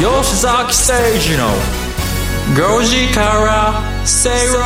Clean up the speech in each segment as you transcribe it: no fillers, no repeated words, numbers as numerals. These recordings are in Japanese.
吉崎誠二の5時から正論。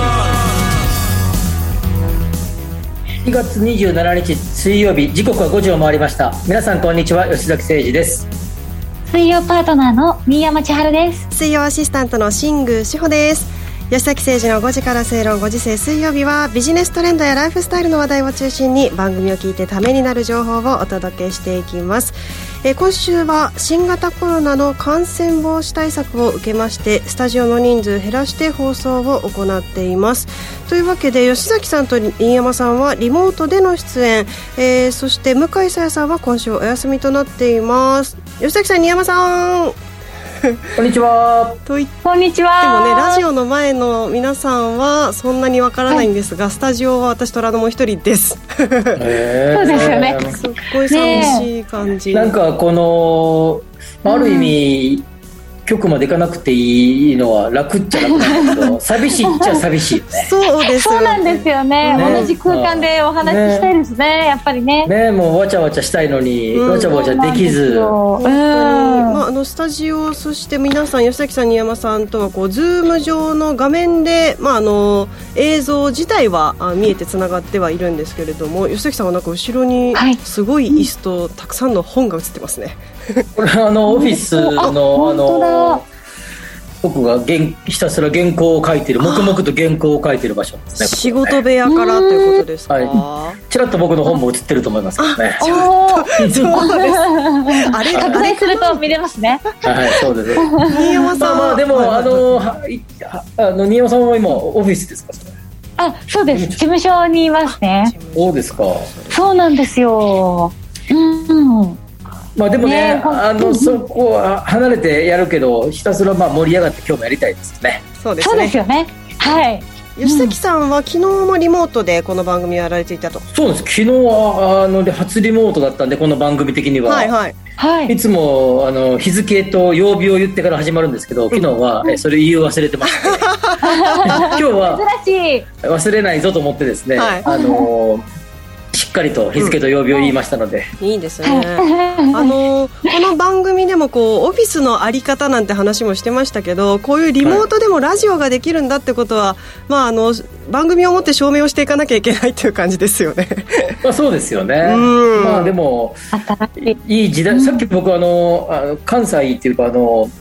2月27日水曜日、時刻は5時を回りました。皆さんこんにちは、吉崎誠二です。 水曜パートナーの新山千春です。 水曜アシスタントの新宮志保です。吉崎誠二の5時から正論。5時制水曜日はビジネストレンドやライフスタイルの話題を中心に番組を聞いてためになる情報をお届けしていきます。今週は新型コロナの感染防止対策を受けましてスタジオの人数減らして放送を行っています。というわけで吉崎さんと新山さんはリモートでの出演、そして向井沙耶さんは今週お休みとなっています。吉崎さん、新山さんこんにちは。 こんにちは。 でもね、ラジオの前の皆さんはそんなにわからないんですが、スタジオは私とラノも一人です。 そうですよね。 すっごい寂しい感じ、 なんかこのある意味、局まで行かなくていいのは楽っちゃ楽なんだけど寂しいっちゃ寂しいよね。 そうですよね。 そうなんですよね。同じ空間でお話ししたいですね、やっぱりね。 もうわちゃわちゃしたいのに、わちゃわちゃできず、 本当に、スタジオ、そして皆さん、吉崎さん、新山さんとはこうズーム上の画面で、映像自体は見えてつながってはいるんですけれども、吉崎さんはなんか後ろにすごい椅子とたくさんの本が映ってますね。 これはオフィスの僕がひたすら原稿を書いている、黙々と原稿を書いている場所ですね。 仕事部屋からということですか。 ちらっと僕の本も映ってると思いますけどね。 そうです。あれ拡大すると見れますね。 はい、そうです。 新山さん、 でも新山さんは今オフィスですか？ そうです。事務所にいますね。 そうですか。 そうなんですよ。 でもね、そこは離れてやるけど、ひたすら盛り上がって今日もやりたいですね。 そうですね。 そうですよね。はい。 吉崎さんは昨日もリモートでこの番組をやられていたと。 そうです。昨日は初リモートだったんで、この番組的には、いつも日付と曜日を言ってから始まるんですけど、昨日はそれ言い忘れてましたね。今日は忘れないぞと思ってですね、しっかりと日付と曜日を言いましたので、 いいですね。この番組でもオフィスのあり方なんて話もしてましたけど、こういうリモートでもラジオができるんだってことは、番組をもって証明をしていかなきゃいけないっていう感じですよね。 そうですよね。でもいい時代。さっき僕関西っていうか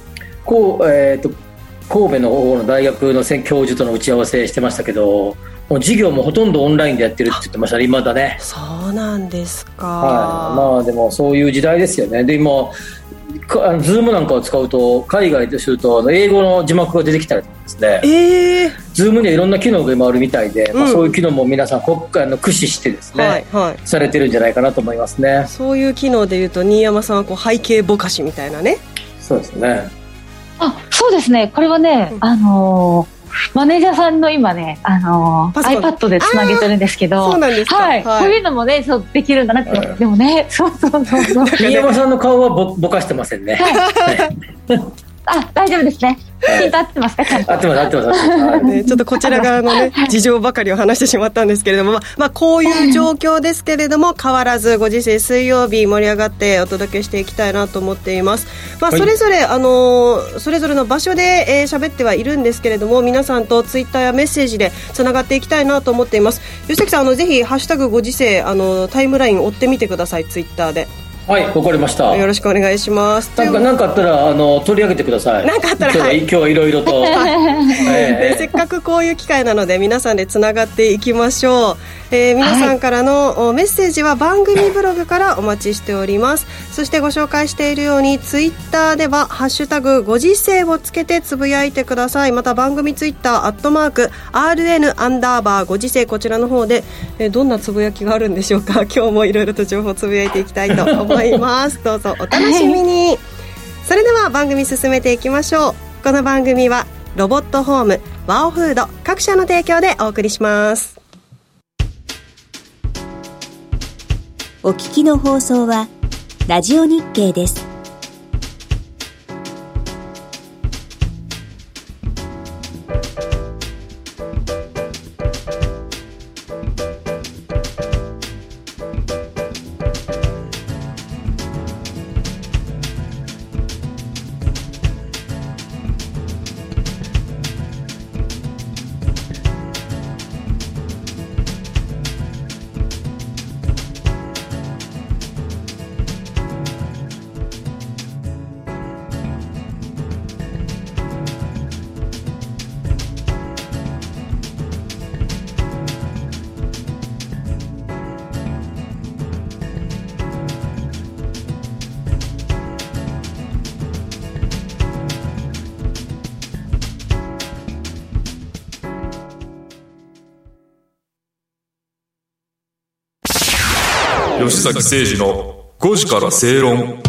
神戸の方の大学の教授との打ち合わせしてましたけど、もう授業もほとんどオンラインでやってるって言ってましたね、今だね。 そうなんですか。 でもそういう時代ですよね。で今ズームなんかを使うと、海外ですると英語の字幕が出てきたりとかですね、ズームにはいろんな機能が今あるみたいで、そういう機能も皆さん駆使してですね、されてるんじゃないかなと思いますね。 そういう機能でいうと、新山さんは背景ぼかしみたいなね。 そうですね。 そうですね。これはね、マネージャーさんの今ね、iPad でつなげてるんですけど、 そうなんですか。 こういうのもね、できるんだなって、でもね、そう新山さんの顔はぼかしてませんね。 大丈夫ですね。ピント合ってますか？ちゃんと。合ってます。 ちょっとこちら側のね、事情ばかりを話してしまったんですけれども、こういう状況ですけれども、変わらずご時世水曜日盛り上がってお届けしていきたいなと思っています。それぞれそれぞれの場所で喋ってはいるんですけれども、皆さんとツイッターやメッセージでつながっていきたいなと思っています。吉崎さん、ぜひハッシュタグご時世タイムライン追ってみてください、ツイッターで。 はい、わかりました。 よろしくお願いします。 なんかあったら取り上げてください。 なんかあったら、 今日はいろいろと、 せっかくこういう機会なので皆さんでつながっていきましょう。皆さんからのメッセージは番組ブログからお待ちしております。そしてご紹介しているようにツイッターではハッシュタグご時世をつけてつぶやいてください。また番組ツイッター@RN_ご時世、こちらの方でどんなつぶやきがあるんでしょうか。今日もいろいろと情報をつぶやいていきたいと思いますどうぞお楽しみに。それでは番組進めていきましょう。この番組はロボットホーム、ワオフード各社の提供でお送りします。 お聞きの放送はラジオ日経です。 吉崎誠二の5時から正論。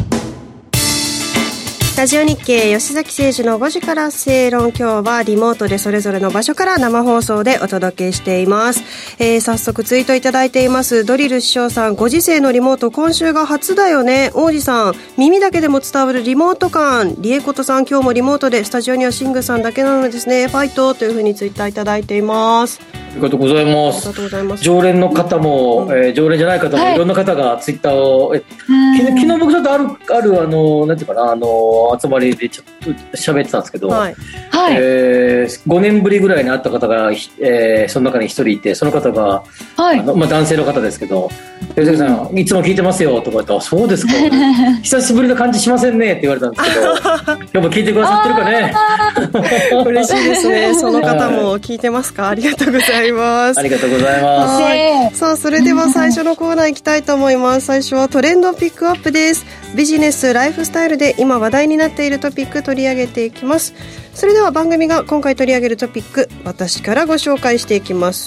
ラジオ日経吉崎誠二の5時から正論。今日はリモートでそれぞれの場所から生放送でお届けしています。早速ツイートいただいています。ドリル師匠さん、ご時世のリモート今週が初だよね。王子さん、耳だけでも伝わるリモート感。リエコトさん、今日もリモートでスタジオにはシングさんだけなのですね、ファイトというふうにツイッターいただいています。 ありがとうございます。 ありがとうございます。 常連の方も、常連じゃない方も、いろんな方がツイッターを、昨日僕ちょっとあるなんていうかな、集まりでちょっと喋ってたんですけど、はい5年ぶりぐらいに会った方が、その中に一人いて、その方が、男性の方ですけど、吉崎さんいつも聞いてますよとか言ったら、そうですか久しぶりな感じしませんねって言われたんですけどやっぱ聞いてくださってるかね嬉しいですね。その方も聞いてますか？ありがとうございます。 ありがとうございます。 さあ、それでは最初のコーナー行きたいと思います。最初はトレンドピックアップです。ビジネス、ライフスタイルで今話題になっているトピック取り上げていきます。それでは番組が今回取り上げるトピック、私からご紹介していきます。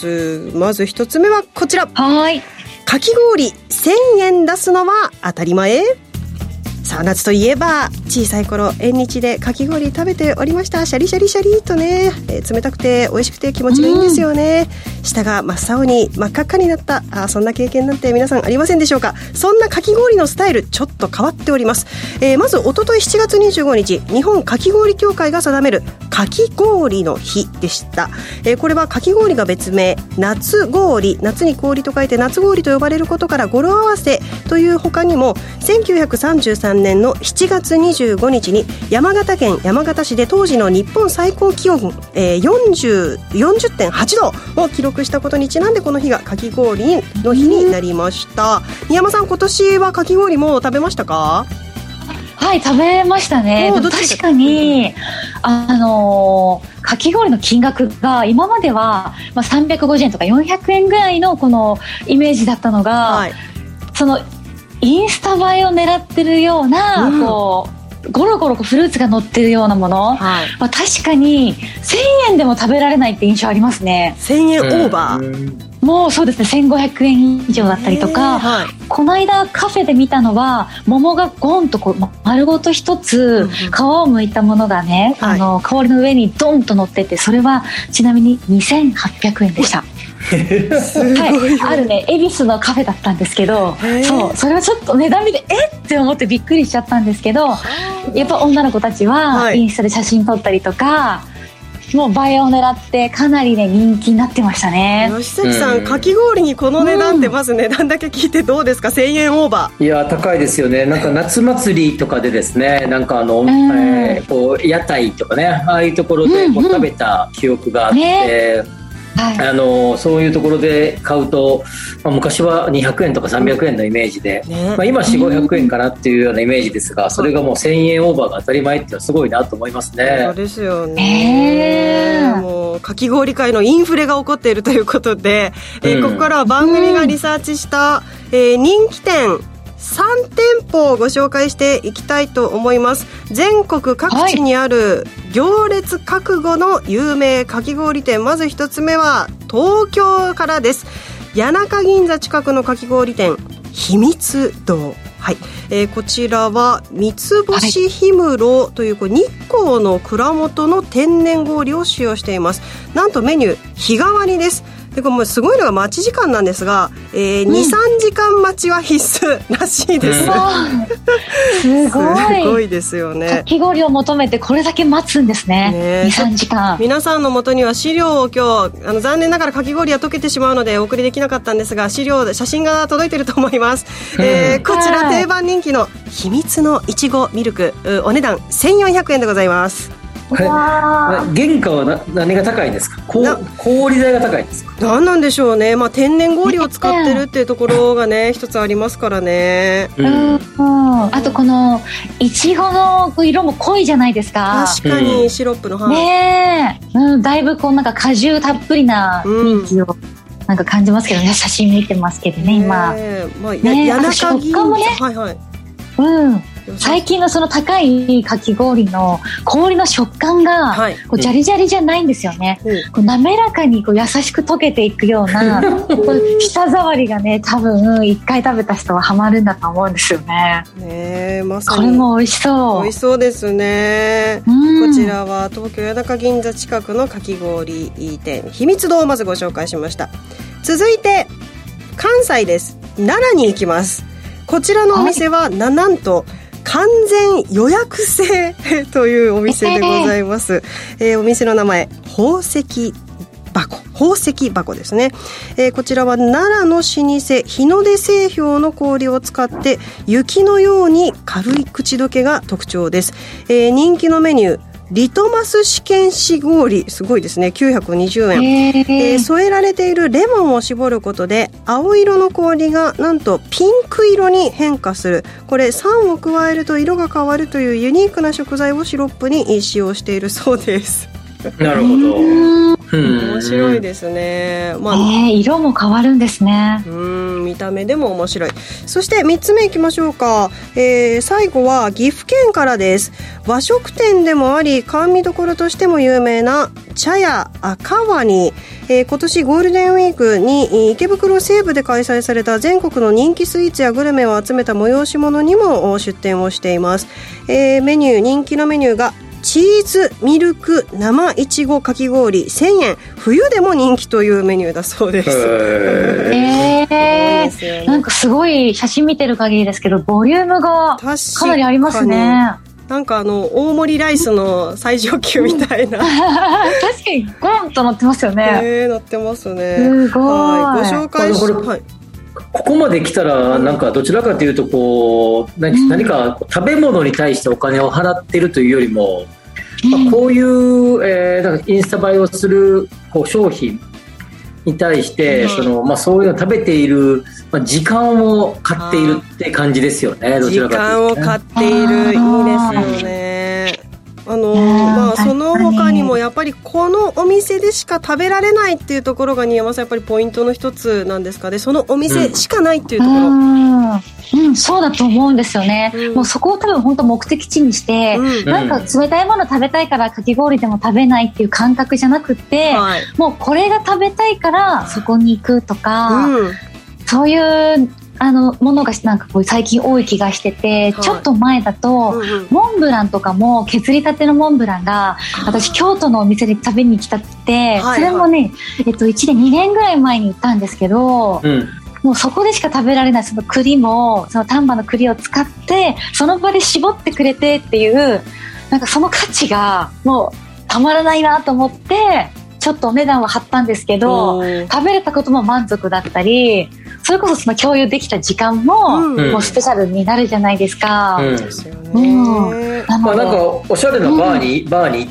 まず一つ目はこちら。かき氷1000円出すのは当たり前？さあ、夏といえば小さい頃縁日でかき氷食べておりました。シャリシャリシャリとね、冷たくて美味しくて気持ちがいいんですよね。舌が真っ青に真っ赤っかになった。そんな経験なんて皆さんありませんでしょうか？そんなかき氷のスタイルちょっと変わっております。まずおととい7月25日日本かき氷協会が定めるかき氷の日でした。これはかき氷が別名夏氷、夏に氷と書いて夏氷と呼ばれることから語呂合わせという他にも、1933年の7月25日に山形県山形市で当時の日本最高気温、40.8 度を記録したことにちなんで、この日がかき氷の日になりました。新山さん、今年はかき氷も食べましたか？ はい、食べましたね。確かにかき氷の金額が今までは、350円とか400円ぐらいのこのイメージだったのが、そのインスタ映えを狙ってるような、こうゴロゴロフルーツが乗ってるようなもの、確かに1000円でも食べられないって印象ありますね。 1000円オーバー、 もうそうですね、1500円以上だったりとか、この間カフェで見たのは桃がゴンとこう丸ごと一つ皮を剥いたものがね、氷の上にドンと乗ってて、それはちなみに2800円でしたあるね、恵比寿のカフェだったんですけど、それはちょっと値段見てって思ってびっくりしちゃったんですけど、やっぱ女の子たちはインスタで写真撮ったりとか、もう映えを狙ってかなりね人気になってましたね。 吉崎さん、かき氷にこの値段って、まず値段だけ聞いてどうですか？1000円オーバー。 いや高いですよね。なんか夏祭りとかでですね、なんかこう屋台とかね、ああいうところでこう食べた記憶があって、そういうところで買うと、昔は200円とか300円のイメージで、今 4,500 円かなっていうようなイメージですが、それがもう1000円オーバーが当たり前っていうのはすごいなと思いますね。 そうですよね。もうかき氷界のインフレが起こっているということで、ここからは番組がリサーチした、人気店3店舗をご紹介していきたいと思います。全国各地にある行列覚悟の有名かき氷店、まず一つ目は東京からです。谷中銀座近くのかき氷店、秘密堂。こちらは三つ星氷室という、日光の蔵元の天然氷を使用しています。なんとメニュー日替わりです。で、これもすごいのが待ち時間なんですが、2、3時間待ちは必須らしいです。すごいですよね。 かき氷を求めてこれだけ待つんですね。2、3時間。 皆さんの元には資料を今日残念ながらかき氷は溶けてしまうのでお送りできなかったんですが、写真が届いていると思います。こちら定番人気の秘密のいちごミルク、お値段1400円でございます。 原価は何が高いんですか？氷代が高いんですか？ 何なんでしょうね。天然氷を使ってるっていうところがね一つありますからね。 あとこのいちごの色も濃いじゃないですか。 確かにシロップのだいぶこうなんか果汁たっぷりな人気をなんか感じますけどね。写真見てますけどね今。 谷中銀座、 最近のその高いかき氷の氷の食感がこうジャリジャリじゃないんですよね、こう滑らかにこう優しく溶けていくような舌触りがね、多分一回食べた人はハマるんだと思うんですよね。 ね、まさにこれも美味しそう。 美味しそうですね、こちらは東京谷中銀座近くのかき氷店秘密堂をまずご紹介しました。続いて関西です。奈良に行きます。こちらのお店は、なんと完全予約制というお店でございます、お店の名前宝石箱ですね、こちらは奈良の老舗日の出製氷の氷を使って雪のように軽い口どけが特徴です、人気のメニューリトマス試験紙氷、すごいですね、920円、添えられているレモンを絞ることで青色の氷がなんとピンク色に変化する。これ酸を加えると色が変わるというユニークな食材をシロップに使用しているそうです。 なるほど、 面白いですね、 色も変わるんですね。 見た目でも面白い。そして3つ目いきましょうか、最後は岐阜県からです。和食店でもあり甘味どころとしても有名な茶屋赤羽に、今年ゴールデンウィークに池袋西部で開催された全国の人気スイーツやグルメを集めた催し物にも出店をしています、人気のメニューがチーズミルク生いちごかき氷1000円、冬でも人気というメニューだそうです。 なんかすごい写真見てる限りですけどボリュームがかなりありますね。 なんか大盛りライスの最上級みたいな確かにゴンと乗ってますよね。 乗ってますね。 すごい、 ご紹介しここまで来たらなんかどちらかというとこう何か食べ物に対してお金を払っているというよりも、こういう、なんかインスタ映えをするこう商品に対して、そういうの食べている、時間を買っているって感じですよね。どちらかというと、 時間を買っている、いいですよね。その他にもやっぱりこのお店でしか食べられないっていうところが新山さんやっぱりポイントの一つなんですかね。そのお店しかないっていうところ、 そうだと思うんですよね、もうそこを多分本当目的地にして、なんか冷たいもの食べたいからかき氷でも食べないっていう感覚じゃなくて、もうこれが食べたいからそこに行くとか、そういうものがなんかこう最近多い気がしてて、ちょっと前だと、モンブランとかも削りたてのモンブランが私京都のお店で食べに来たって、それもね、1年2年ぐらい前に行ったんですけど、もうそこでしか食べられないその栗もその丹波の栗を使ってその場で絞ってくれてっていう、なんかその価値がもうたまらないなと思ってちょっとお値段は張ったんですけど、食べれたことも満足だったり、それこそその共有できた時間も、もうスペシャルになるじゃないですか。 なんかおしゃれなバーに行って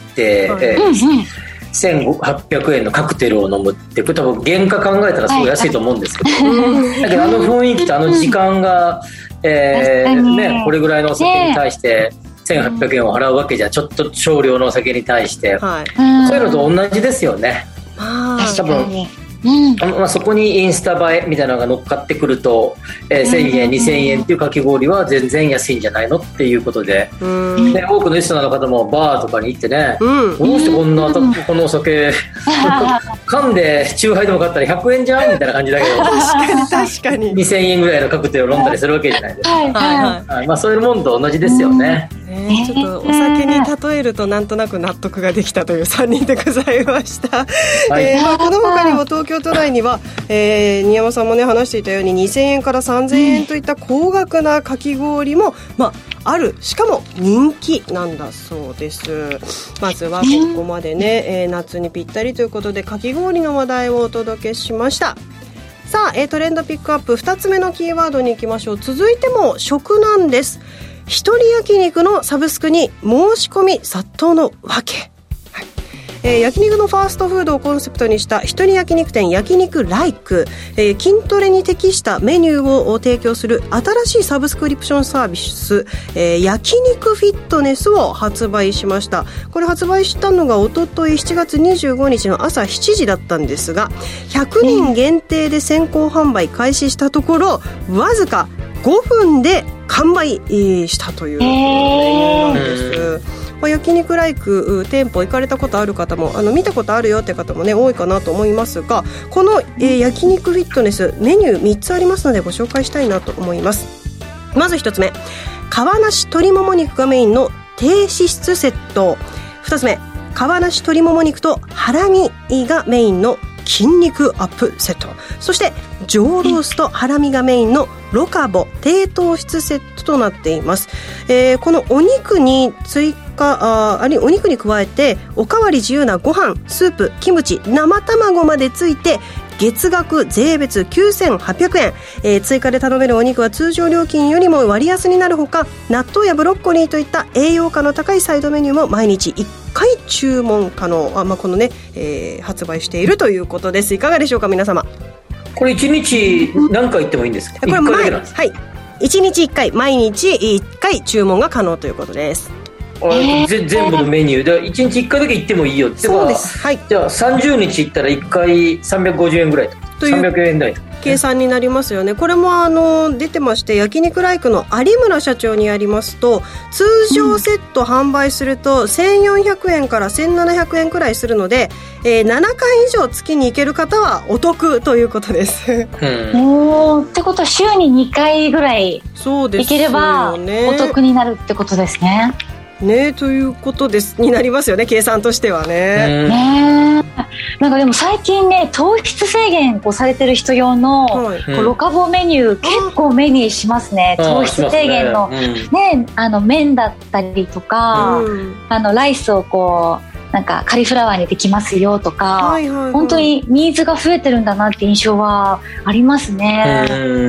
、1800円のカクテルを飲むってこれ多分原価考えたらすごい安いと思うんですけど、だけど雰囲気と時間が、これぐらいのお酒に対して1800円を払うわけじゃ、ちょっと少量のお酒に対して、そういうのと同じですよね。多分そこにインスタ映えみたいなのが乗っかってくると、1000円2000円っていうかき氷は全然安いんじゃないのっていうことで、多くのリスナーの方もバーとかに行ってね、どうしてこんなこのお酒缶でチューハイでも買ったら100円じゃんみたいな感じだけど確かに 2000円ぐらいのカクテルを飲んだりするわけじゃないですか。そういうものと同じですよね。 ちょっとお酒に例えるとなんとなく納得ができたという3人でございました。この他にも東京都内には、新山さんもね話していたように2000円から3000円といった高額なかき氷も、ある、しかも人気なんだそうです。まずはここまでね、夏にぴったりということでかき氷の話題をお届けしました。さあ、トレンドピックアップ2つ目のキーワードに行きましょう。続いても食なんです。一人焼肉のサブスクに申し込み殺到の訳、焼肉のファーストフードをコンセプトにした一人焼肉店焼肉ライク、筋トレに適したメニューを提供する新しいサブスクリプションサービス、焼肉フィットネスを発売しました。これ発売したのがおととい7月25日の朝7時だったんですが、100人限定で先行販売開始したところ、わずか 5分で完売したというメニューなんです。焼肉ライク店舗行かれたことある方も見たことあるよって方もね多いかなと思いますが、この、焼肉フィットネスメニュー3つありますのでご紹介したいなと思います。まず1つ目、皮なし鶏もも肉がメインの低脂質セット。2つ目、皮なし鶏もも肉とハラミがメインの筋肉アップセット。そして上ロースとハラミがメインのロカボ低糖質セットとなっています。このお肉にお肉に加えておかわり自由なご飯、スープ、キムチ、生卵までついて月額税別9800円、追加で頼めるお肉は通常料金よりも割安になるほか、納豆やブロッコリーといった栄養価の高いサイドメニューも毎日1回注文可能。このね、発売しているということです。いかがでしょうか皆様。 これ1日何回行ってもいいんですか？ これ1回だけなんですか？はい、1日1回、毎日1回注文が可能ということです。 全部のメニューで1日1回だけ行ってもいいよって。 そうです、はい、 じゃあ30日行ったら1回350円ぐらいと300円台と計算になりますよね。これも出てまして、焼肉ライクの有村社長によりますと、通常セット販売すると1400円から1700円くらいするので、7回以上月に行ける方はお得ということです。ってことは週に2回ぐらい行ければお得になるってことですね。 ね、ということですになりますよね、計算としてはね。 なんかでも最近ね、糖質制限されてる人用の、ロカボメニュー結構目にしますね。糖質制限の、麺だったりとか、ライスをなんかカリフラワーにできますよとか、本当にニーズが増えてるんだなって印象はありますね。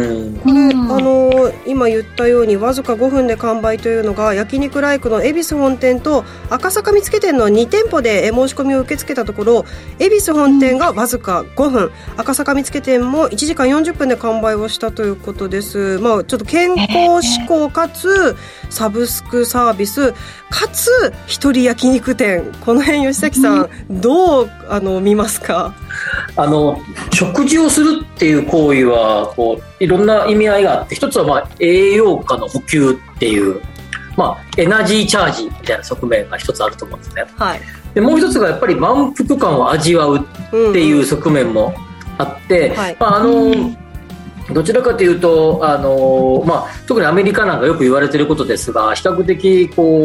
今言ったようにわずか5分で完売というのが、焼肉ライクの恵比寿本店と赤坂見附店の2店舗で申し込みを受け付けたところ、恵比寿本店がわずか5分、赤坂見附店も1時間40分で完売をしたということです。ちょっと健康志向かつサブスクサービスかつ一人焼肉店、この辺吉崎さんどう見ますか？ 食事をするっていう行為はいろんな意味合いがあって、一つは栄養価の補給っていう、エナジーチャージみたいな側面が一つあると思うんですね。でもう一つがやっぱり満腹感を味わうっていう側面もあって、どちらかというと特にアメリカなんかよく言われていることですが、比較的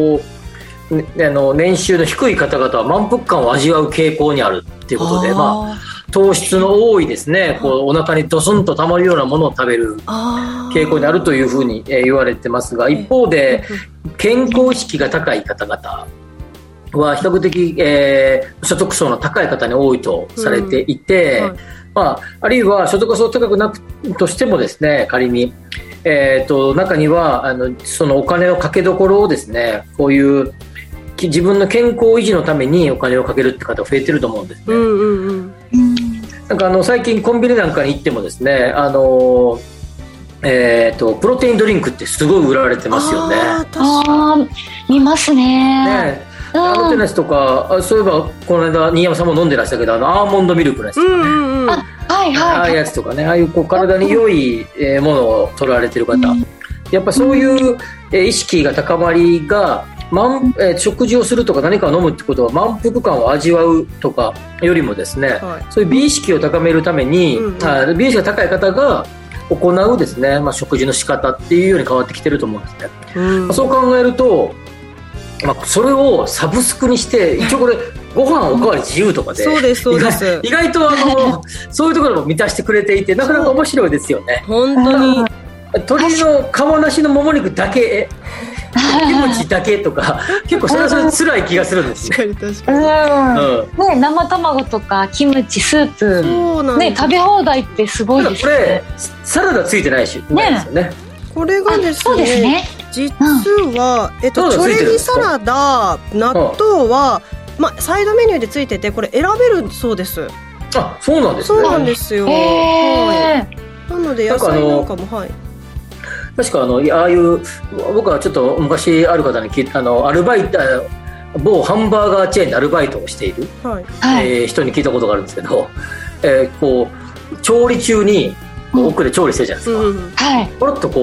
年収の低い方々は満腹感を味わう傾向にあるっていうことで、糖質の多いですね、お腹にドスンと溜まるようなものを食べる傾向にあるというふうに言われてますが、一方で健康意識が高い方々は比較的、所得層の高い方に多いとされていて、あるいは所得層高くなくとしてもですね、仮に、中にはそのお金のかけどころをですね、こういう自分の健康維持のためにお金をかけるって方増えてると思うんですね。なんか最近コンビニなんかに行ってもですね、プロテインドリンクってすごい売られてますよね。 見ますね。 テナスとか、そういえばこの間新山さんも飲んでらしたけど、アーモンドミルクのやつとかね、ああいうやつとかね、ああいう体に良いものを取られてる方、やっぱそういう意識が高まりが、食事をするとか何かを飲むってことは満腹感を味わうとかよりもですね、そういう美意識を高めるために、美意識が高い方が行うですね、食事の仕方っていうように変わってきてると思うんですね。そう考えると、それをサブスクにして、一応これご飯おかわり自由とかで、意外とそういうところも満たしてくれていて、なかなか面白いですよね。 本当に鶏の皮なしのもも肉だけ、キムチだけとか、結構それはそれ辛い気がするんですね。 確かに、生卵とかキムチ、スープ、食べ放題ってすごいですね。 これサラダついてないし、ないですよね。 これがですね、実は、チョレギサラダ、納豆は、サイドメニューでついてて、これ選べるそうです。 そうなんですね。 そうなんですよ。なので野菜なんかも、 確かああいう、僕はちょっと昔ある方に聞いた、アルバイト、某ハンバーガーチェーンでアルバイトをしている、人に聞いたことがあるんですけど、調理中に奥で調理してるじゃないですか。ポロッと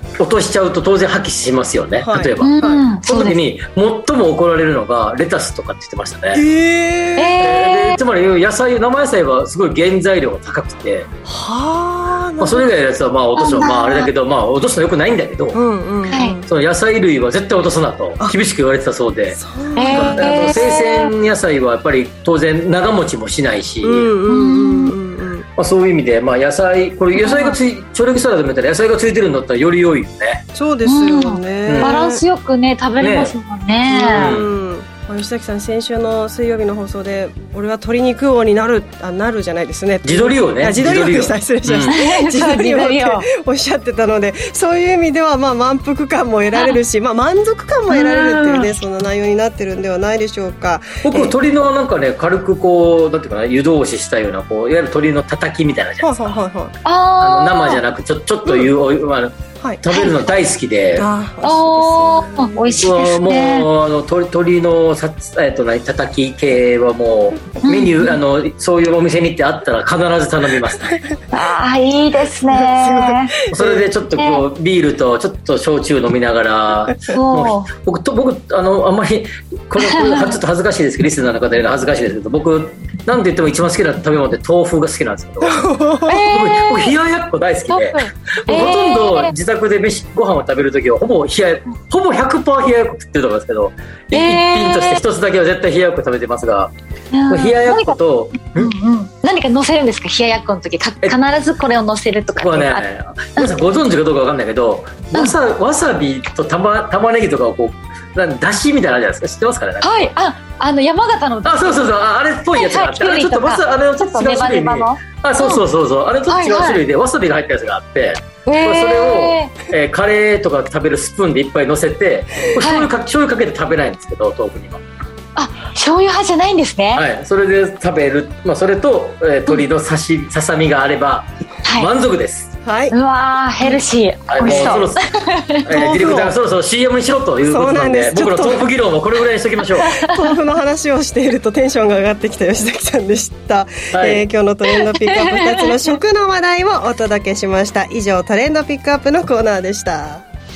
落としちゃうと当然破棄しますよね、例えば、その時に最も怒られるのがレタスとかって言ってましたね。つまり生野菜はすごい原材料が高くて、それ以外のやつは落とすのあれだけど、落とすのよくないんだけど、その野菜類は絶対落とすなと厳しく言われてたそうで、生鮮野菜はやっぱり当然長持ちもしないし、そういう意味で、野菜が調理サラダみたいな野菜がついてるんだったらより良いよね。 そうですよね、 バランスよくね食べれますもんね。 吉崎さん、先週の水曜日の放送で俺は鶏肉王になるじゃないですね、 地鶏王ね、 地鶏王でした、失礼しました、地鶏王っておっしゃってたので、そういう意味では満腹感も得られるし、満足感も得られるっていうね、そんな内容になってるんではないでしょうか。 僕鶏のなんかね、軽くなんていうかな、湯通ししたような、いわゆる鶏のたたきみたいなじゃないですか、生じゃなくちょっと食べるの大好きで、 美味しいですね。 もう鶏のたたき系はもうメニューそういうお店に行ってあったら必ず頼みますね。 いいですね。 それでちょっとビールとちょっと焼酎飲みながら、僕あんまりこれちょっと恥ずかしいですけど、リスナーの方に恥ずかしいですけど、僕なんて言っても一番好きな食べ物って豆腐が好きなんですけど、僕冷ややっこ大好きで、ほとんど自宅でご飯を食べるときはほぼ 100% 冷ややっこ食ってると思いますけど、一品として一つだけは絶対冷ややっこ食べてますが、冷ややっこと何か乗せるんですか、冷ややっこの時必ずこれを乗せるとかってね、皆さんご存知かどうか分かんないけど、わさびと玉ねぎとかをだしみたいなのあるじゃないですか、知ってますかね。 山形のそうあれっぽいやつがあって、あれちょっと違う種類に、そうあれちょっと違う種類でわさびが入ったやつがあって、それをカレーとか食べるスプーンでいっぱい乗せて、醤油かけて食べないんですけど、豆腐には醤油派じゃないんですね。 それで食べる、それと鶏のささみがあれば満足です。 うわー、ヘルシー、美味しそう。 ディレクターがそろそろ CM にしろということなんで、僕の豆腐議論もこれぐらいにしときましょう。 豆腐の話をしているとテンションが上がってきた吉崎さんでした。今日のトレンドピックアップ2つの食の話題をお届けしました。以上、トレンドピックアップのコーナーでした。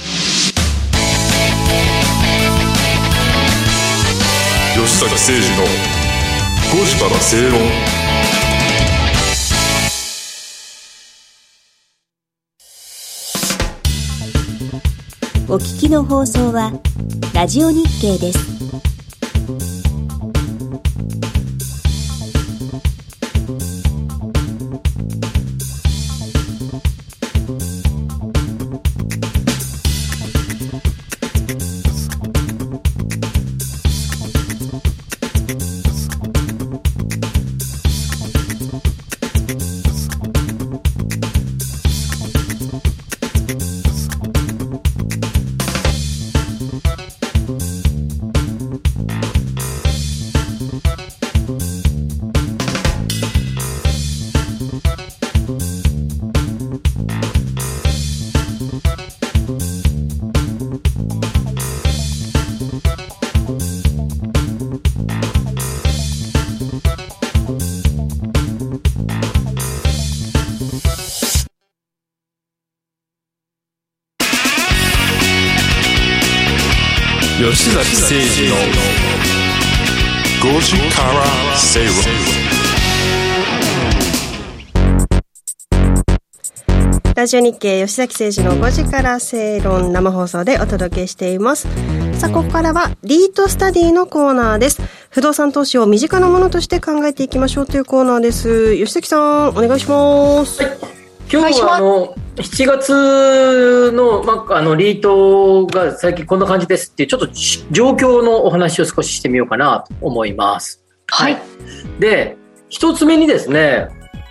吉崎誠二の5時から正論。 お聞きの放送はラジオ日経です。 吉崎誠二の5時から正論。 ラジオ日経吉崎誠二の5時から正論、生放送でお届けしています。さあ、ここからはリートスタディのコーナーです。不動産投資を身近なものとして考えていきましょうというコーナーです。吉崎さん、お願いします。 今日は7月の、リートが最近こんな感じですっていうちょっと状況のお話を少ししてみようかなと思います。で、一つ目にですね、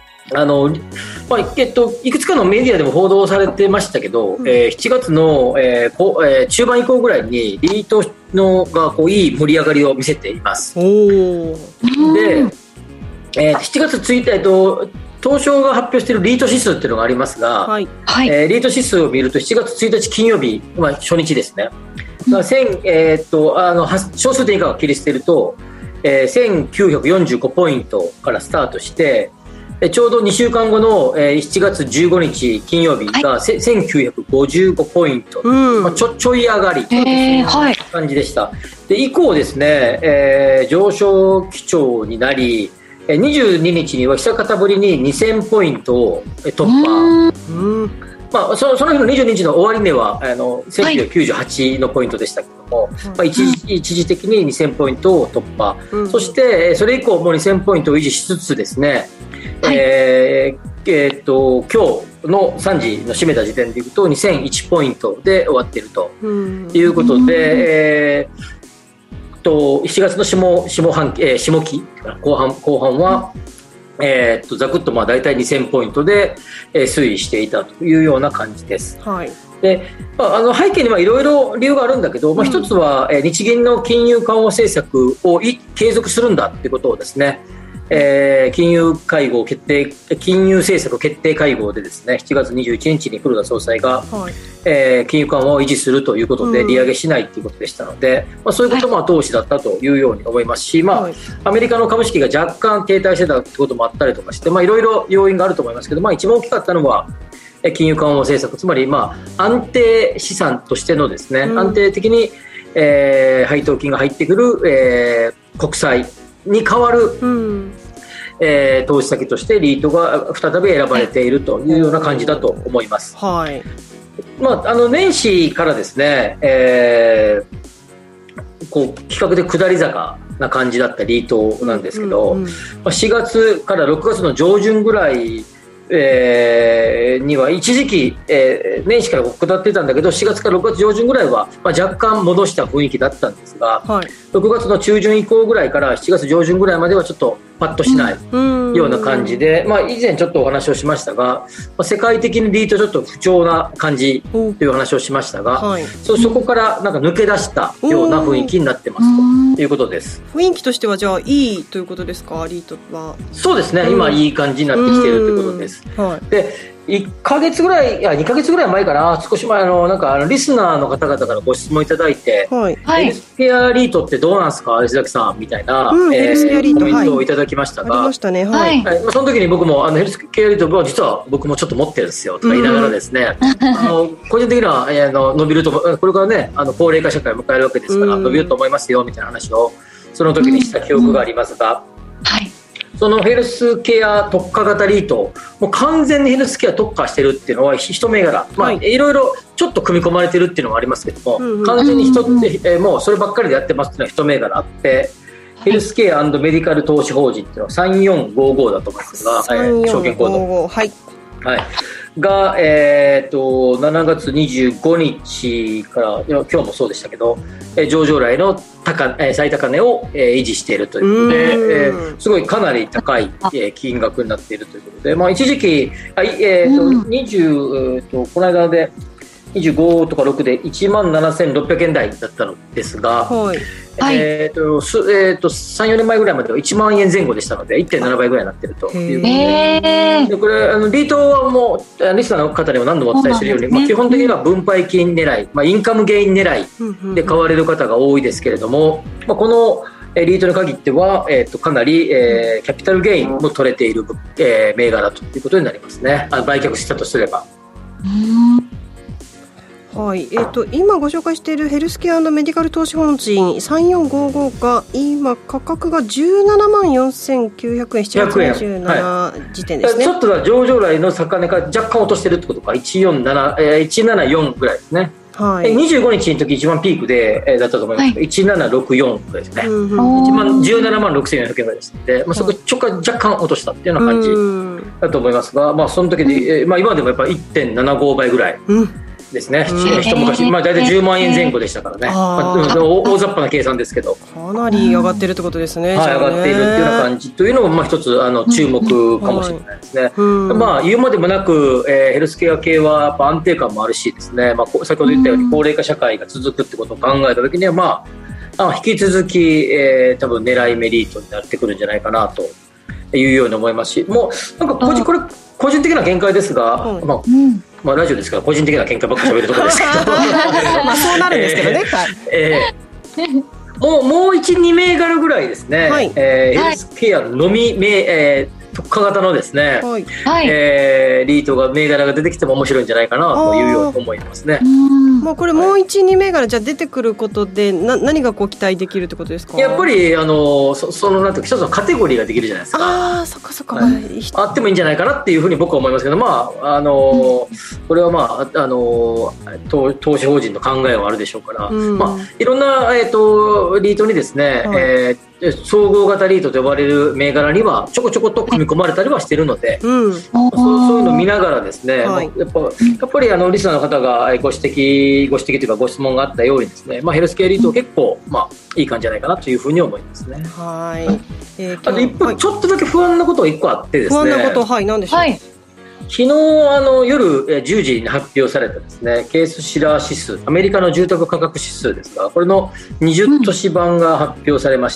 いくつかのメディアでも報道されてましたけど、7月の、中盤以降ぐらいにリートがいい盛り上がりを見せています。で、7月1日、東証が発表しているリート指数っていうのがありますが、リート指数を見ると7月1日金曜日、初日ですね、小数点以下を切り捨てると、1945ポイントからスタートして、 ちょうど2週間後の7月15日金曜日が1955ポイント、ちょい上がりという感じでした。で以降ですね、上昇基調になり、22日には久方ぶりに2000ポイントを突破。その日の22日の終値は1998のポイントでしたけども、一時的に2000ポイントを突破、そしてそれ以降も2000ポイントを維持しつつですね、今日の3時の締めた時点でいくと2001ポイントで終わっているということで、7月の下期後半はざくっと大体2000ポイントで推移していたというような感じです。で背景にはいろいろ理由があるんだけど、一つは日銀の金融緩和政策を継続するんだということをですね、金融政策決定会合でですね、7月21日に黒田総裁が、金融緩和を維持するということで利上げしないということでしたので、そういうことも後押しだったというように思いますし、アメリカの株式が若干停滞してたということもあったりとかして、いろいろ要因があると思いますけど、一番大きかったのは金融緩和政策、つまり安定資産としてのですね、安定的に配当金が入ってくる国債に代わる投資先としてリートが再び選ばれているというような感じだと思います。年始からですね、比較的下り坂な感じだったリートなんですけど、4月から6月の上旬ぐらいには一時期、年始から下っていたんだけど、4月から6月上旬ぐらいは、若干戻した雰囲気だったんですが、6月の中旬以降ぐらいから7月上旬ぐらいまではちょっとパッとしないような感じで、以前ちょっとお話をしましたが、世界的にリートちょっと不調な感じという話をしましたが、そこからなんか抜け出したような雰囲気になってますということです。 雰囲気としてはじゃあいいということですか、リートは。 そうですね、今いい感じになってきているということです。で1ヶ月ぐらい、2ヶ月ぐらい前かな、少し前リスナーの方々からご質問いただいて、ヘルスケアリートってどうなんですか吉崎さんみたいな、 ヘルスケアリートコメントをいただきましたが、 ありましたね、 その時に僕もヘルスケアリートは実は僕もちょっと持ってるんですよとか言いながらですね、個人的には伸びると、これからね高齢化社会を迎えるわけですから、伸びると思いますよみたいな話をその時にした記憶がありますが、そのヘルスケア特化型リート、もう完全にヘルスケア特化してるっていうのは一銘柄、いろいろちょっと組み込まれてるっていうのもありますけども、完全にもうそればっかりでやってますっていうのは一銘柄あって、ヘルスケア&メディカル投資法人っていうのは3455だと思いますが、証券コードが、7月25日から今日もそうでしたけど、上場来の最高値を維持しているということで、すごいかなり高い金額になっているということで、一時期この間で25とか6で17,600円台だったのですが、3、4年前ぐらいまでは1万円前後でしたので 1.7 倍ぐらいになっているということで、これリートはもうリスナーの方にも何度もお伝えしているように、基本的には分配金狙い、インカムゲイン狙いで買われる方が多いですけれども、このリートに限っては、かなり、キャピタルゲインも取れている、銘柄ということになりますね。売却したとすれば。 今ご紹介しているヘルスケア&メディカル投資法人3455が今価格が17万4900円、7月27時点ですね。 ちょっと上場来の高値から若干落としてるってことか、174ぐらいですね。25日の時一番ピークで、だったと思いますけど、1764ぐらいですね。17万6400円ぐらいですので、そこ若干落としたっていうような感じだと思いますが、その時で、今でもやっぱり 1.75 倍ぐらいですね。一昔、大体10万円前後でしたからね。大雑把な計算ですけど、 かなり上がってるってことですね。 上がっているっていうような感じというのも一つ注目かもしれないですね。言うまでもなく、ヘルスケア系はやっぱ安定感もあるしですね、先ほど言ったように高齢化社会が続くってことを考えた時には、引き続き、多分狙いメリートになってくるんじゃないかなというように思いますし、もうなんかこれ個人的な見解ですが、ラジオですから個人的な見解ばっかり喋るところですけどそうなるんですけどね。 もう 1,2 銘柄ぐらいですね、ヘルスケアのみ特化型のですね、 はい、 リートが銘柄が出てきても面白いんじゃないかなというように思いますね。 まあ、これもう 1,2 銘柄じゃ出てくることで何がこう期待できるってことですか？ やっぱりそのなんていうか一つのカテゴリーができるじゃないですか。 そっかそっか、 あってもいいんじゃないかなっていうふうに僕は思いますけど、これは投資法人の考えはあるでしょうから、いろんな、リートにですね、総合型リートと呼ばれる銘柄にはちょこちょこと組み込まれたりはしているので、そういうのを見ながらですね、やっぱりリスナーの方がご指摘というかご質問があったようにですね、ヘルスケアリート結構いい感じじゃないかなというふうに思いますね。あと一方、ちょっとだけ不安なことが1個あってですね。 不安なこと、何でしょう？ 昨日夜10時に発表されたですね、ケースシラー指数、アメリカの住宅価格指数ですが、これの20都市版が発表されました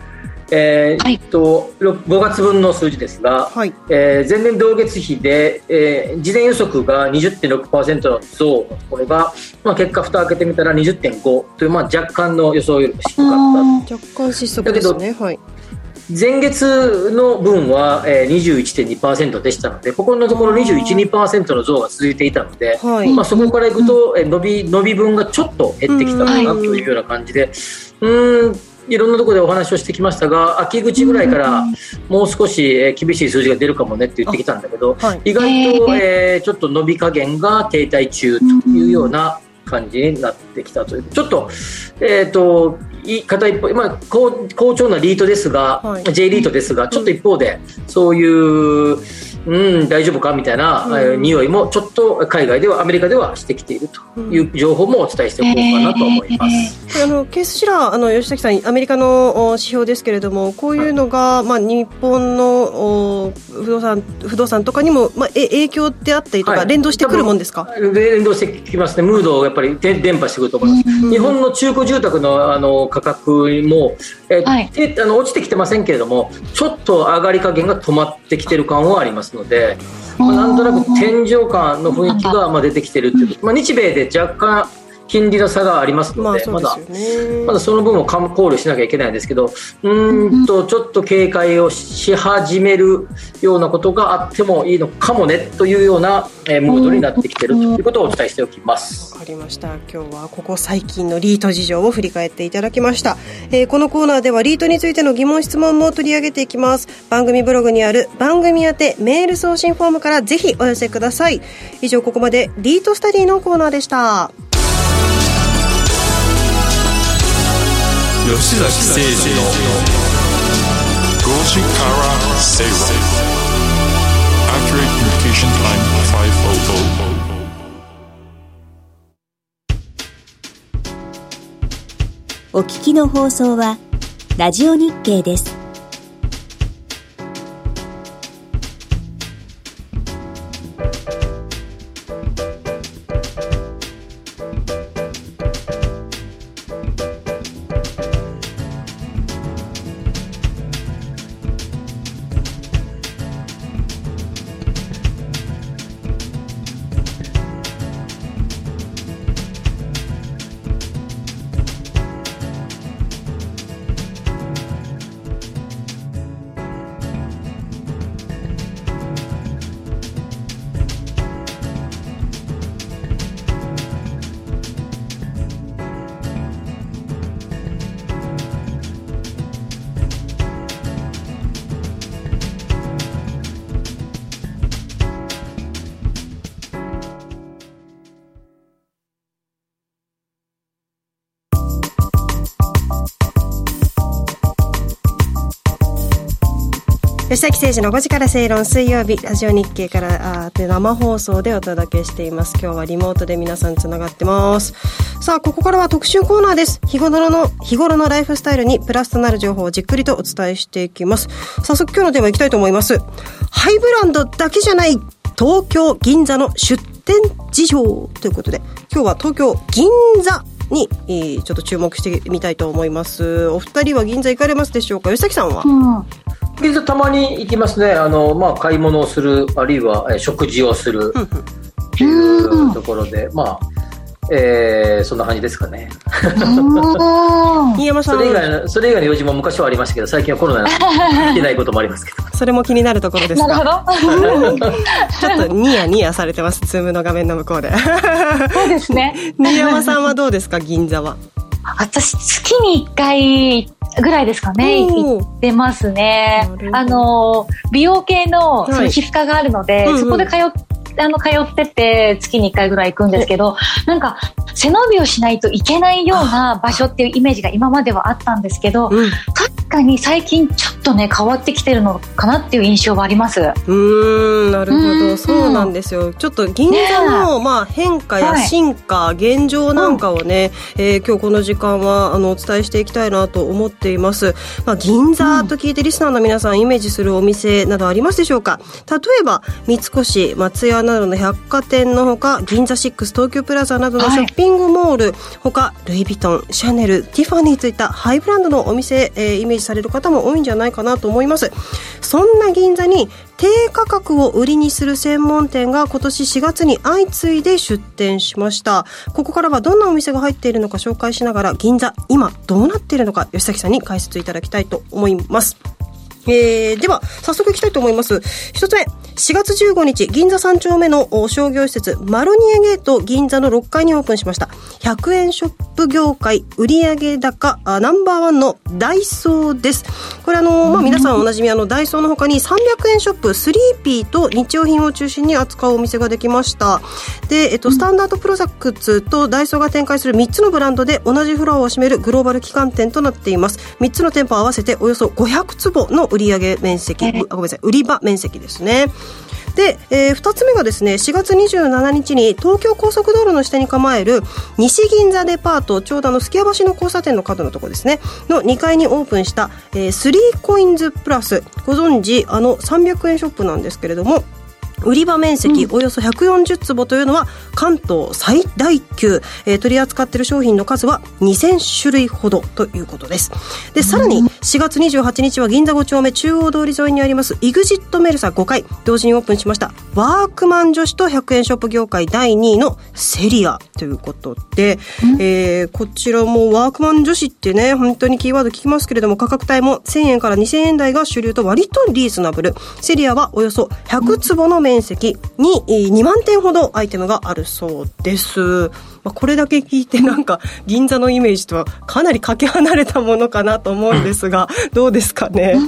。5月分の数字ですが、前年同月比で、事前予測が 20.6% の増のところが、結果蓋を開けてみたら 20.5 という、若干の予想よりも低かった。 若干失速ですね。 前月の分は 21.2% でしたので、ここのところ 21.2% の増が続いていたので、そこからいくと伸び分がちょっと減ってきたかなというような感じで、いろんなところでお話をしてきましたが、秋口ぐらいからもう少し厳しい数字が出るかもねって言ってきたんだけど、意外とちょっちょっと伸び加減が停滞中というような感じになってきたという、ちょっと片一方、好調なリートですが、J リートですが、ちょっと一方でそういう大丈夫かみたいな、匂いもちょっと海外ではアメリカではしてきているという情報もお伝えしておこうかなと思います。 ケースシラー、吉崎さん、アメリカの指標ですけれども、こういうのが、日本の不動産とかにも、影響であったりとか、連動してくるもんですか？ 連動してきますね。ムードをやっぱり伝播してくると思います。日本の中古住宅の価格も、落ちてきてませんけれども、ちょっと上がり加減が止まってきてる感はありますので、なんとなく天井感の雰囲気が出てきてるという、日米で若干金利の差がありますので、まだその分を考慮しなきゃいけないんですけど、ちょっと警戒をし始めるようなことがあってもいいのかもねというようなムードになってきているということをお伝えしておきます。 わかりました。今日はここ最近のリート事情を振り返っていただきました。このコーナーではリートについての疑問質問も取り上げていきます。番組ブログにある番組宛てメール送信フォームからぜひお寄せください。以上、ここまでリートスタディのコーナーでした。 吉崎誠二の5時から正論 Accurate Communication Time 500。 お聞きの放送はラジオ日経です。 吉崎誠二の5時から正論、水曜日ラジオ日経から生放送でお届けしています。今日はリモートで皆さんつながってます。さあ、ここからは特集コーナーです。日頃のライフスタイルにプラスとなる情報をじっくりとお伝えしていきます。早速今日のテーマいきたいと思います。ハイブランドだけじゃない東京銀座の出店事情ということで、今日は東京銀座に、ちょっと注目してみたいと思います。お二人は銀座行かれますでしょうか？吉崎さんは？ 銀座たまに行きますね。買い物をする、あるいは食事をするっていうところで、 そんな感じですかね。 新山さん、 それ以外の用事も昔はありましたけど、最近はコロナで行けないこともありますけど。 それも気になるところですが。 なるほど。 ちょっとニヤニヤされてます、ズームの画面の向こうで。 そうですね。 新山さんはどうですか、銀座は。 私月に1回ぐらいですかね、行ってますね。美容系のその皮膚科があるので、そこで通ってて月に1回ぐらい行くんですけど、なんか背伸びをしないといけないような場所っていうイメージが今まではあったんですけど、確かに最近ちょっとね変わってきてるのかなっていう印象はあります。 なるほど、そうなんですよ。ちょっと銀座の、変化や進化、現状なんかをね、今日この時間はお伝えしていきたいなと思っています。銀座と聞いてリスナーの皆さんイメージするお店などありますでしょうか。例えば三越、松屋などの百貨店のほか、銀座6、東急プラザなどのショッピングモール、ほかルイ・ヴィトン、シャネル、ティファニーといったハイブランドのお店、イメージされる方も多いんじゃないかなと思います。そんな銀座に低価格を売りにする専門店が今年4月に相次いで出店しました。ここからはどんなお店が入っているのか紹介しながら、銀座今どうなっているのか吉崎さんに解説いただきたいと思います。では早速いきたいと思います。一つ目、4月15日銀座3丁目の商業施設マロニエゲート銀座の6階にオープンしました。100円ショップ業界売上高ナンバーワンのダイソーです。これ皆さんおなじみダイソーの他に300円ショップスリーピーと日用品を中心に扱うお店ができました。で、スタンダードプロダクツとダイソーが展開する3つのブランドで同じフロアを占めるグローバル旗艦店となっています。3つの店舗合わせておよそ500坪の売上面積、売り場面積ですね。で、2つ目がですね、4月27日に東京高速道路の下に構える西銀座デパート、ちょうどすき家橋の交差点の角のところですねの2階にオープンした3コインズプラス、ご存知300円ショップなんですけれども、売り場面積およそ140坪というのは関東最大級、取り扱っている商品の数は2000種類ほどということです。で、さらに4月28日は銀座5丁目中央通り沿いにありますイグジットメルサ5階同時にオープンしましたワークマン女子と100円ショップ業界第2位のセリアということで、こちらもワークマン女子ってね、本当にキーワード聞きますけれども、価格帯も1000円から2000円台が主流と割とリーズナブル。セリアはおよそ100坪の面積に2万点ほどアイテムがあるそうです。これだけ聞いてなんか銀座のイメージとはかなりかけ離れたものかなと思うんですが、どうですかね。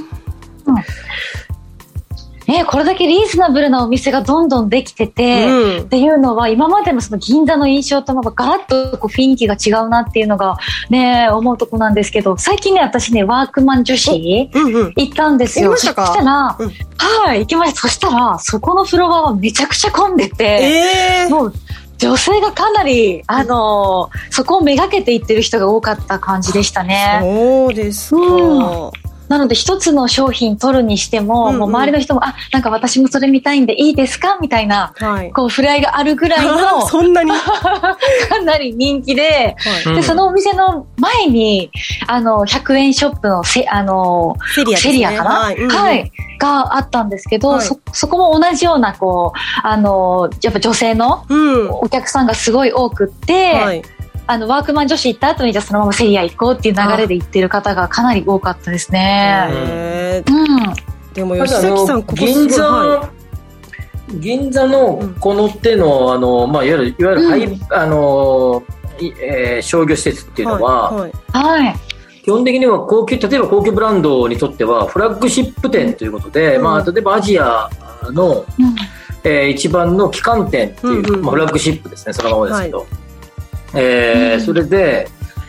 これだけリーズナブルなお店がどんどんできてて、っていうのは今までのその銀座の印象とガラッと雰囲気が違うなっていうのがね、思うとこなんですけど、最近ね、私ね、ワークマン女子行ったんですよ。 行きましたか？ そしたら、はい、行きました。そしたらそこのフロアはめちゃくちゃ混んでて、もう女性がかなりそこをめがけて行ってる人が多かった感じでしたね。 そうですか。 なので一つの商品取るにしても、もう周りの人もなんか私もそれ見たいんでいいですかみたいな、こう触れ合いがあるぐらいのそんなにかなり人気で、でそのお店の前に100円ショップのセリアかな、があったんですけど、そこも同じようなこうやっぱ女性のお客さんがすごい多くって、ワークマン女子行った後にじゃあそのままセリア行こうっていう流れで行ってる方がかなり多かったですね。 でも吉崎さん、ここ銀座のこの手のいわゆる商業施設っていうのは、基本的には例えば高級ブランドにとってはフラッグシップ店ということで、例えばアジアの、一番の旗艦店っていう、フラッグシップですね、そのままですけど、それで、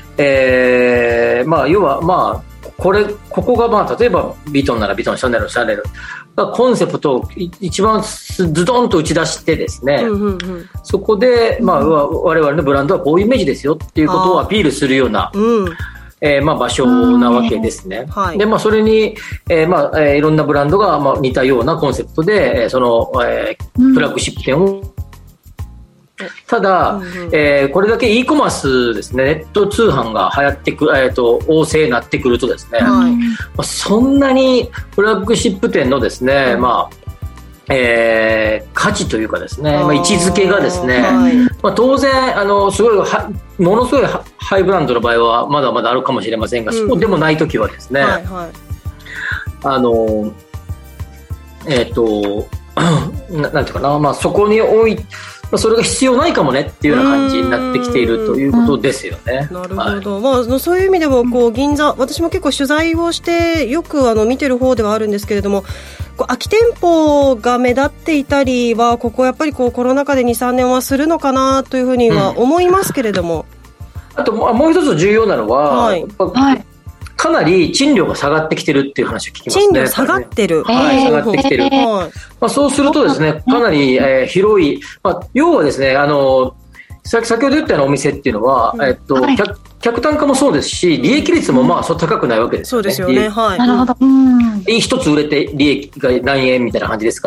要はここが例えばビトンならビトン、シャネルがコンセプトを一番ズドンと打ち出してですね、そこで、我々のブランドはこういうイメージですよっていうことをアピールするような、場所なわけですね。で、それに、いろんなブランドが似たようなコンセプトで、その、フラッグシップ店をただ、これだけ e コマースですね、ネット通販が流行って旺盛になってくるとですね、そんなにフラッグシップ店のですね、 価値というかですね、位置づけがですね、当然すごいものすごいハイブランドの場合はまだまだあるかもしれませんが、そうでもないときはですね、なんていうかな、そこにそれが必要ないかもねっていうような感じになってきているということですよね。 なるほど、そういう意味でも銀座、私も結構取材をしてよく見てる方ではあるんですけれども、空き店舗が目立っていたりはここやっぱりコロナ禍で 2,3 年はするのかなというふうには思いますけれども、 あともう一つ重要なのは、かなり賃料が下がってきてるっていう話を聞きますね。 賃料下がってる、 下がってきてる、そうするとですね、かなり、広い、要はですね、先ほど言ったようなお店っていうのは、客単価もそうですし、利益率もそう高くないわけですよね。 そうですよね。 なるほど。 一つ売れて利益が何円みたいな感じですから、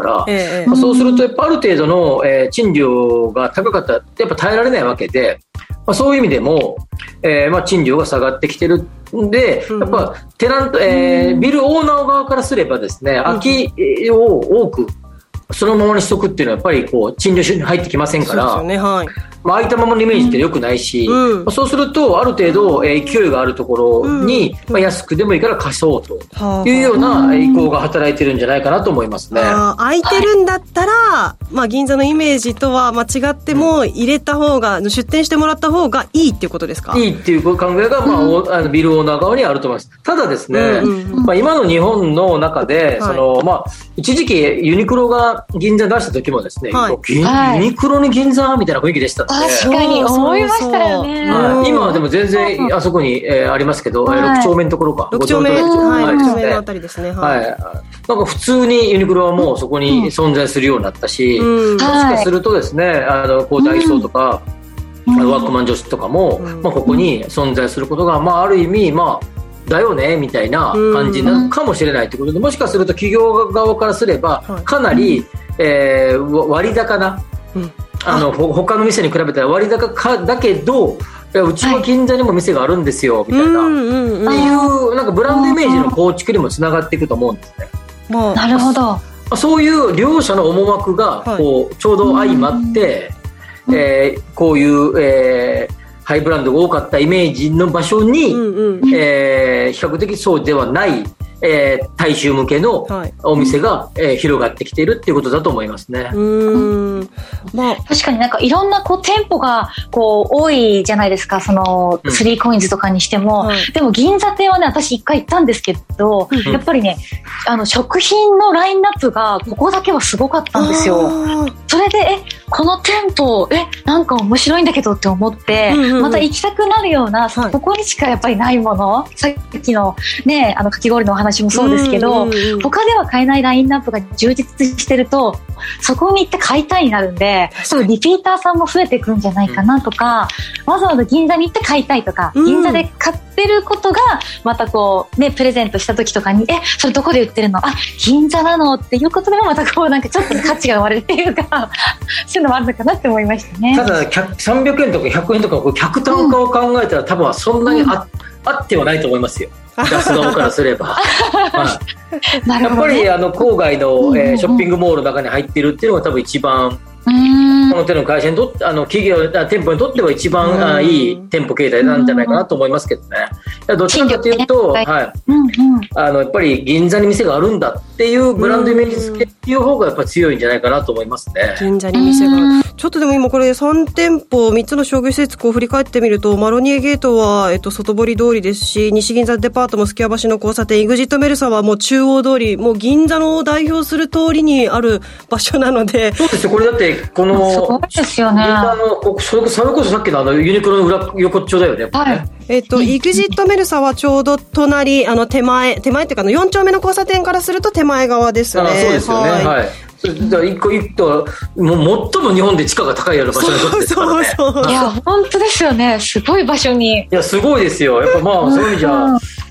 そうするとやっぱある程度の、賃料が高かったらやっぱ耐えられないわけで、そういう意味でも、賃料が下がってきてるんで、やっぱテナント、ビルオーナー側からすればですね、空きを多くそのままにしとくっていうのはやっぱり賃料収入入ってきませんから、空いたままのイメージって良くないし、そうするとある程度、勢いがあるところに、安くでもいいから貸そうというような意向が働いてるんじゃないかなと思いますね。 空いてるんだったら、銀座のイメージとは違っても入れた方が、出店してもらった方がいいっていうことですか？ いいっていう考えが、ビルオーナー側にはあると思います。ただですね、今の日本の中で、一時期ユニクロが銀座に出した時もですね、ユニクロに銀座みたいな雰囲気でしたので、 確かに思いましたよね。 今はでも全然あそこに、ありますけど、6丁目のところか。 6丁目のあたりですね。 なんか普通にユニクロはもうそこに存在するようになったし、もしかするとですね、ダイソーとか、ワークマン女子とかも、ここに存在することが、ある意味、だよねみたいな感じなのかもしれないということで、もしかすると企業側からすればかなり、割高な、他の店に比べたら割高だけど、うちは銀座にも店があるんですよみたいな、っていうなんかブランドイメージの構築にもつながっていくと思うんですね。 なるほど。 そういう両者の思惑がちょうど相まって、こういう、ハイブランドが多かったイメージの場所に、比較的そうではない、大衆向けのお店が、広がってきているっていうことだと思いますね。 確かになんかいろんな店舗が多いじゃないですか、その3コインズとかにしても、でも銀座店はね、私一回行ったんですけど、やっぱりね、食品のラインナップがここだけはすごかったんですよ。それでこの店舗なんか面白いんだけどって思って、また行きたくなるような、そこにしかやっぱりないもの、さっきのね、かき氷のお話もそうですけど、他では買えないラインナップが充実してると、そこに行って買いたいになるんで、リピーターさんも増えてくるんじゃないかなとか、わざわざ銀座に行って買いたいとか、銀座で買ってることがまたプレゼントした時とかに、それどこで売ってるの？銀座なのっていうことでもまたなんかちょっと価値が生まれるっていうかそういうのもあるのかなって思いましたね。 ただ300円とか100円とか客単価を考えたら、多分そんなにあってはないと思いますよ。出す側からすれば。やっぱり郊外の、ショッピングモールの中に入っているっていうのが多分一番、この手の会社にとって店舗にとっては一番いい店舗形態なんじゃないかなと思いますけどね。どちらかというと、やっぱり銀座に店があるんだっていうブランドイメージ付けっていう方がやっぱり強いんじゃないかなと思いますね。 銀座に店がある。ちょっとでも今これ3店舗3つの商業施設振り返ってみると、マロニエゲートは、外堀通りですし、西銀座デパートも数寄屋橋の交差点、イグジットメルサはもう中央通り、もう銀座の代表する通りにある場所なので。 そうですよ。これだってすごいですよね。銀座のそれこそさっきのユニクロの横っちょだよね。 イグジットメルサはちょうど隣、手前っていうか4丁目の交差点からすると手前側ですね。 そうですよね。一個一個もう最も日本で地価が高いような場所にとってですからね。 いや本当ですよね。すごい場所に。 いやすごいですよ。やっぱそういう意味じゃ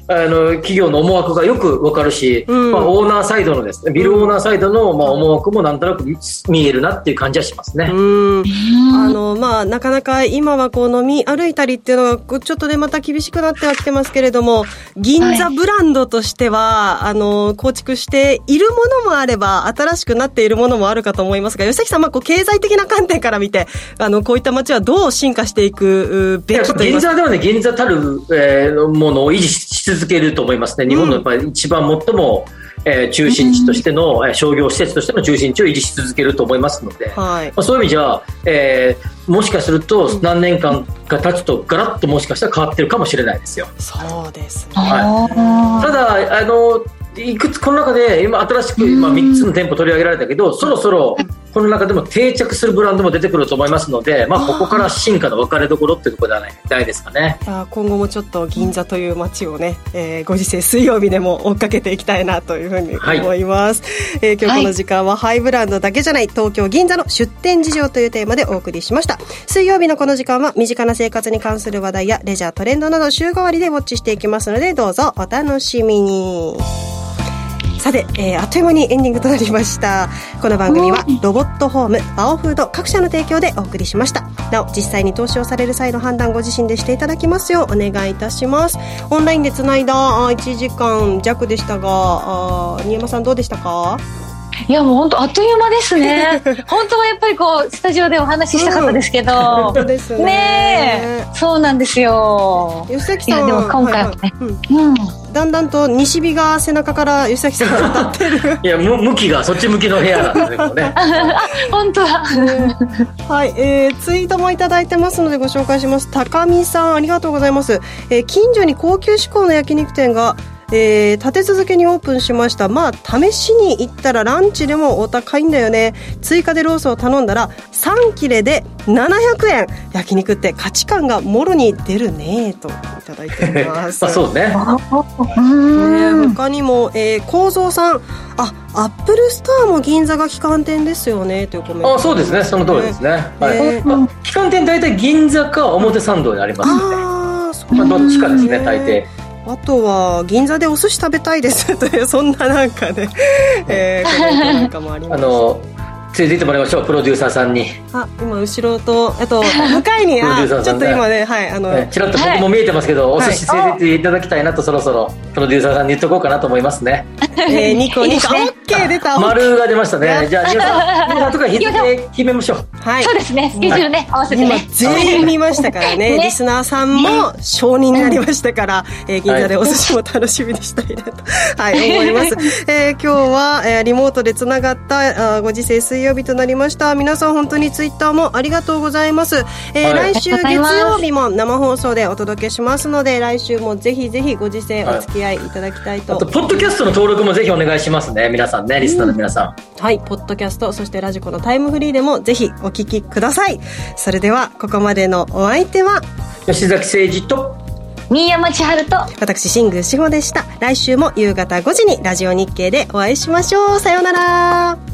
企業の思惑がよく分かるし、まあ、オーナーサイドのですね、ビルオーナーサイドの、まあ、思惑もなんとなく見えるなっていう感じはしますね。 まあ、なかなか今はこう飲み歩いたりっていうのがちょっとねまた厳しくなってはきてますけれども、銀座ブランドとしては構築しているものもあれば新しくなっているものもあるかと思いますが、吉崎さん、まあ、こう経済的な観点から見てこういった街はどう進化していくべきといいますか。 銀座ではね、銀座たる、ものを維持し続けると思いますね。日本のやっぱり一番最も、中心地としての、商業施設としての中心地を維持し続けると思いますので、まあ、そういう意味じゃ、もしかすると何年間か経つとガラッともしかしたら変わってるかもしれないですよ。 そうですね、 ただいくつこの中で今新しく3つの店舗取り上げられたけど、そろそろこの中でも定着するブランドも出てくると思いますので、まあ、ここから進化の分かれどころっていうところではないですかね。 今後もちょっと銀座という街をね、ご時世水曜日でも追っかけていきたいなというふうに思います、今日この時間はハイブランドだけじゃない東京銀座の出店事情というテーマでお送りしました。水曜日のこの時間は身近な生活に関する話題やレジャートレンドなど週替わりでウォッチしていきますので、どうぞお楽しみに。さて、あっという間にエンディングとなりました。この番組はロボットホーム、バオフード各社の提供でお送りしました。なお実際に投資をされる際の判断ご自身でしていただきますようお願いいたします。オンラインでつないだ1時間弱でしたが、新山さんどうでしたか？ いやもう本当あっという間ですね本当はやっぱりこうスタジオでお話ししたかったですけど、 本当ですね。 そうなんですよ。 吉崎さん、 いやでも今回はね、 だんだんと西日が背中から吉崎さんが当たってるいや向きがそっち向きの部屋なんですね本当だはい、ツイートもいただいてますのでご紹介します。高見さんありがとうございます。近所に高級志向の焼肉店が立て続けにオープンしました。まあ試しに行ったらランチでもお高いんだよね。追加でロースを頼んだら3切れで700円。焼肉って価値観がもろに出るねといただいていますまあそうね。 他にも、構造さん、アップルストアも銀座が旗艦店ですよねというコメント。 そうですね、その通りですね、旗艦店大体銀座か表参道にありますので、どっちかですね大抵。 あとは銀座でお寿司食べたいですというそんななんかね、コメントなんかもありました。 連れて行ってもらいましょう、プロデューサーさんに。 今後ろとあと向かいにちょっと今ね、 ちらっと僕も見えてますけど、お寿司連れて行っていただきたいなと、そろそろプロデューサーさんに言っとこうかなと思いますね。 2個 OK 出た。 丸が出ましたね。じゃあ皆さんとか日付決めましょう。 そうですね、スケジュールね合わせてね。 今全員見ましたからねリスナーさんも承認になりましたから、銀座でお寿司も楽しみにしたいなと思います。今日はリモートでつながったご時世水曜日となりました。皆さん本当にツイッターもありがとうございます。来週月曜日も生放送でお届けしますので、来週もぜひぜひご時世お付き合いいただきたいと。 あとポッドキャストの登録もぜひお願いしますね、皆さんね、リスナーの皆さん。 はい、ポッドキャスト、そしてラジコのタイムフリーでもぜひお聞きください。それではここまでのお相手は吉崎誠二と新山千春と私新宮志保でした。来週も夕方5時にラジオ日経でお会いしましょう。さようなら。